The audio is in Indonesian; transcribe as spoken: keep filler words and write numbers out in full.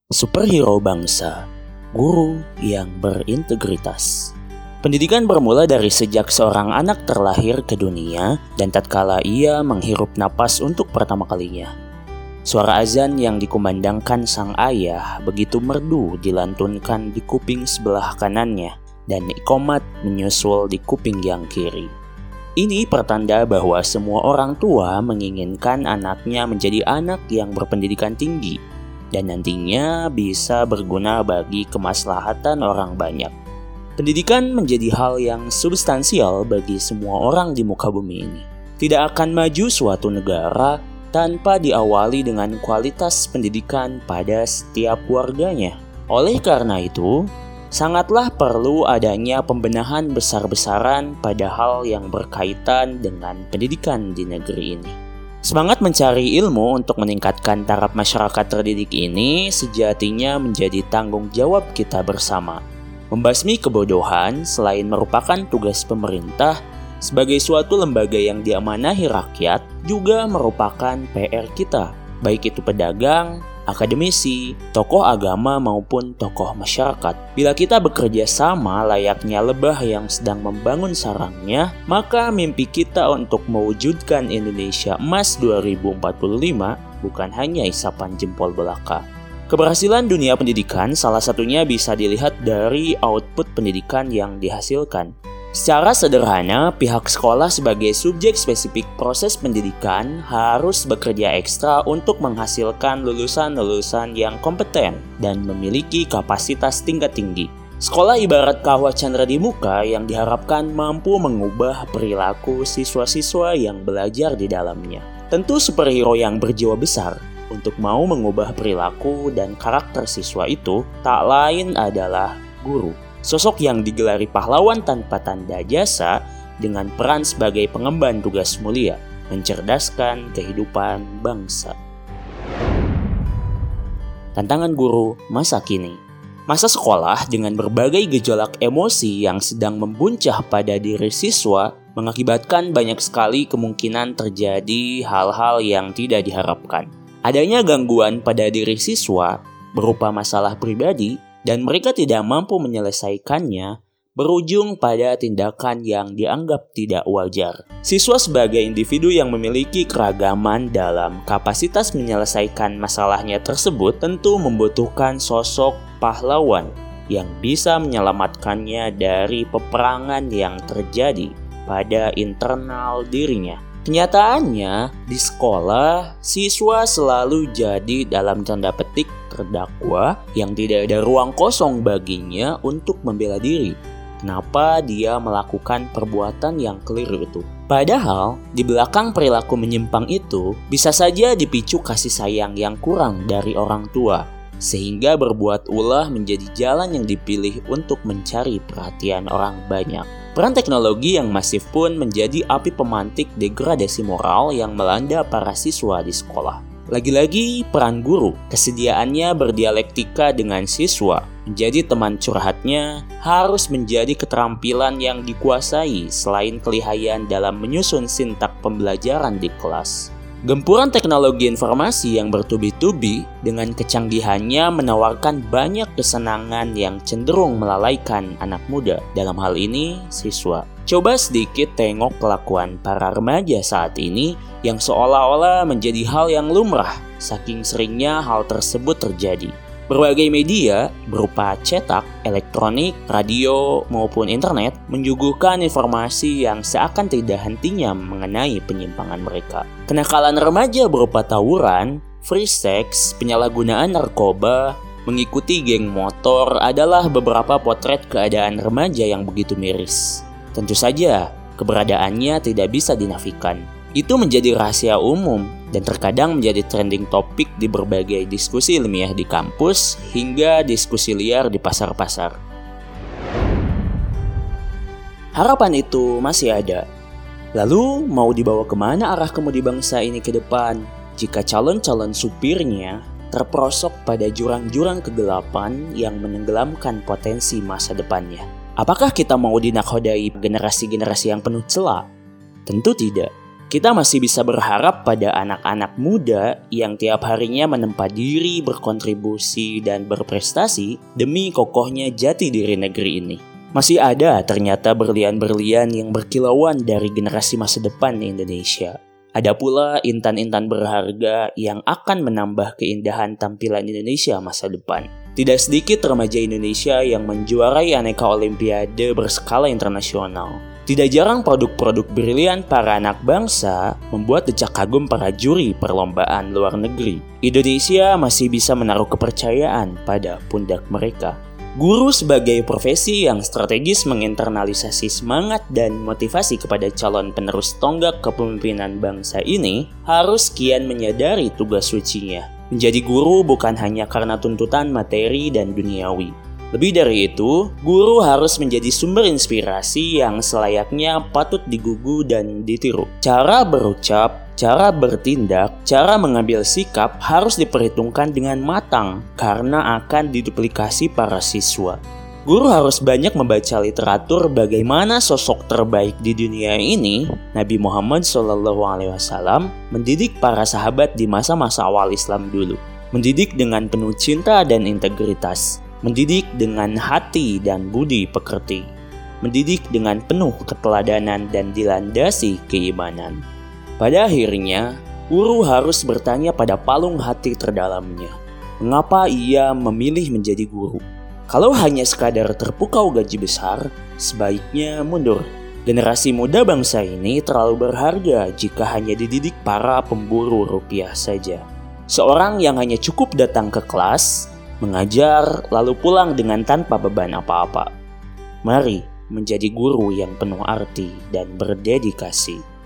Superhero bangsa, guru yang berintegritas. Pendidikan bermula dari sejak seorang anak terlahir ke dunia dan tatkala ia menghirup napas untuk pertama kalinya. Suara azan yang dikumandangkan sang ayah begitu merdu dilantunkan di kuping sebelah kanannya dan iqomat menyusul di kuping yang kiri. Ini pertanda bahwa semua orang tua menginginkan anaknya menjadi anak yang berpendidikan tinggi dan nantinya bisa berguna bagi kemaslahatan orang banyak. Pendidikan menjadi hal yang substansial bagi semua orang di muka bumi ini. Tidak akan maju suatu negara tanpa diawali dengan kualitas pendidikan pada setiap warganya. Oleh karena itu, sangatlah perlu adanya pembenahan besar-besaran pada hal yang berkaitan dengan pendidikan di negeri ini. Semangat mencari ilmu untuk meningkatkan taraf masyarakat terdidik ini sejatinya menjadi tanggung jawab kita bersama. Membasmi kebodohan selain merupakan tugas pemerintah sebagai suatu lembaga yang diamanahi rakyat juga merupakan P R kita, baik itu pedagang, akademisi, tokoh agama maupun tokoh masyarakat. Bila kita bekerja sama layaknya lebah yang sedang membangun sarangnya, maka mimpi kita untuk mewujudkan Indonesia Emas dua ribu empat puluh lima bukan hanya isapan jempol belaka. Keberhasilan dunia pendidikan salah satunya bisa dilihat dari output pendidikan yang dihasilkan. Secara sederhana, pihak sekolah sebagai subjek spesifik proses pendidikan harus bekerja ekstra untuk menghasilkan lulusan-lulusan yang kompeten dan memiliki kapasitas tingkat tinggi. Sekolah ibarat kawah candra di muka yang diharapkan mampu mengubah perilaku siswa-siswa yang belajar di dalamnya. Tentu superhero yang berjiwa besar untuk mau mengubah perilaku dan karakter siswa itu tak lain adalah guru. Sosok yang digelari pahlawan tanpa tanda jasa dengan peran sebagai pengemban tugas mulia, mencerdaskan kehidupan bangsa. Tantangan guru masa kini. Masa sekolah dengan berbagai gejolak emosi yang sedang membuncah pada diri siswa mengakibatkan banyak sekali kemungkinan terjadi hal-hal yang tidak diharapkan. Adanya gangguan pada diri siswa berupa masalah pribadi dan mereka tidak mampu menyelesaikannya, berujung pada tindakan yang dianggap tidak wajar. Siswa sebagai individu yang memiliki keragaman dalam kapasitas menyelesaikan masalahnya tersebut tentu membutuhkan sosok pahlawan yang bisa menyelamatkannya dari peperangan yang terjadi pada internal dirinya. Kenyataannya, di sekolah, siswa selalu jadi dalam tanda petik terdakwa yang tidak ada ruang kosong baginya untuk membela diri. Kenapa dia melakukan perbuatan yang keliru itu? Padahal, di belakang perilaku menyimpang itu, bisa saja dipicu kasih sayang yang kurang dari orang tua, sehingga berbuat ulah menjadi jalan yang dipilih untuk mencari perhatian orang banyak. Peran teknologi yang masif pun menjadi api pemantik degradasi moral yang melanda para siswa di sekolah. Lagi-lagi peran guru, kesediaannya berdialektika dengan siswa, menjadi teman curhatnya, harus menjadi keterampilan yang dikuasai selain kelihayan dalam menyusun sintak pembelajaran di kelas. Gempuran teknologi informasi yang bertubi-tubi dengan kecanggihannya menawarkan banyak kesenangan yang cenderung melalaikan anak muda, dalam hal ini siswa. Coba sedikit tengok kelakuan para remaja saat ini yang seolah-olah menjadi hal yang lumrah, saking seringnya hal tersebut terjadi. Berbagai media berupa cetak, elektronik, radio, maupun internet menyuguhkan informasi yang seakan tidak hentinya mengenai penyimpangan mereka. Kenakalan remaja berupa tawuran, free sex, penyalahgunaan narkoba, mengikuti geng motor adalah beberapa potret keadaan remaja yang begitu miris. Tentu saja, keberadaannya tidak bisa dinafikan. Itu menjadi rahasia umum dan terkadang menjadi trending topik di berbagai diskusi ilmiah di kampus hingga diskusi liar di pasar-pasar. Harapan itu masih ada. Lalu mau dibawa kemana arah kemudi bangsa ini ke depan jika calon-calon supirnya terperosok pada jurang-jurang kegelapan yang menenggelamkan potensi masa depannya? Apakah kita mau dinakodai generasi-generasi yang penuh celah? Tentu tidak. Kita masih bisa berharap pada anak-anak muda yang tiap harinya menempa diri, berkontribusi, dan berprestasi demi kokohnya jati diri negeri ini. Masih ada ternyata berlian-berlian yang berkilauan dari generasi masa depan Indonesia. Ada pula intan-intan berharga yang akan menambah keindahan tampilan Indonesia masa depan. Tidak sedikit remaja Indonesia yang menjuarai aneka olimpiade berskala internasional. Tidak jarang produk-produk brilian para anak bangsa membuat decak kagum para juri perlombaan luar negeri. Indonesia masih bisa menaruh kepercayaan pada pundak mereka. Guru sebagai profesi yang strategis menginternalisasi semangat dan motivasi kepada calon penerus tonggak kepemimpinan bangsa ini harus kian menyadari tugas sucinya. Menjadi guru bukan hanya karena tuntutan materi dan duniawi. Lebih dari itu, guru harus menjadi sumber inspirasi yang selayaknya patut digugu dan ditiru. Cara berucap, cara bertindak, cara mengambil sikap harus diperhitungkan dengan matang karena akan diduplikasi para siswa. Guru harus banyak membaca literatur bagaimana sosok terbaik di dunia ini, Nabi Muhammad shallallahu alaihi wasallam, mendidik para sahabat di masa-masa awal Islam dulu. Mendidik dengan penuh cinta dan integritas. Mendidik dengan hati dan budi pekerti. Mendidik dengan penuh keteladanan dan dilandasi keimanan. Pada akhirnya, guru harus bertanya pada palung hati terdalamnya. Mengapa ia memilih menjadi guru? Kalau hanya sekadar terpukau gaji besar, sebaiknya mundur. Generasi muda bangsa ini terlalu berharga jika hanya dididik para pemburu rupiah saja. Seorang yang hanya cukup datang ke kelas, mengajar, lalu pulang dengan tanpa beban apa-apa. Mari menjadi guru yang penuh arti dan berdedikasi.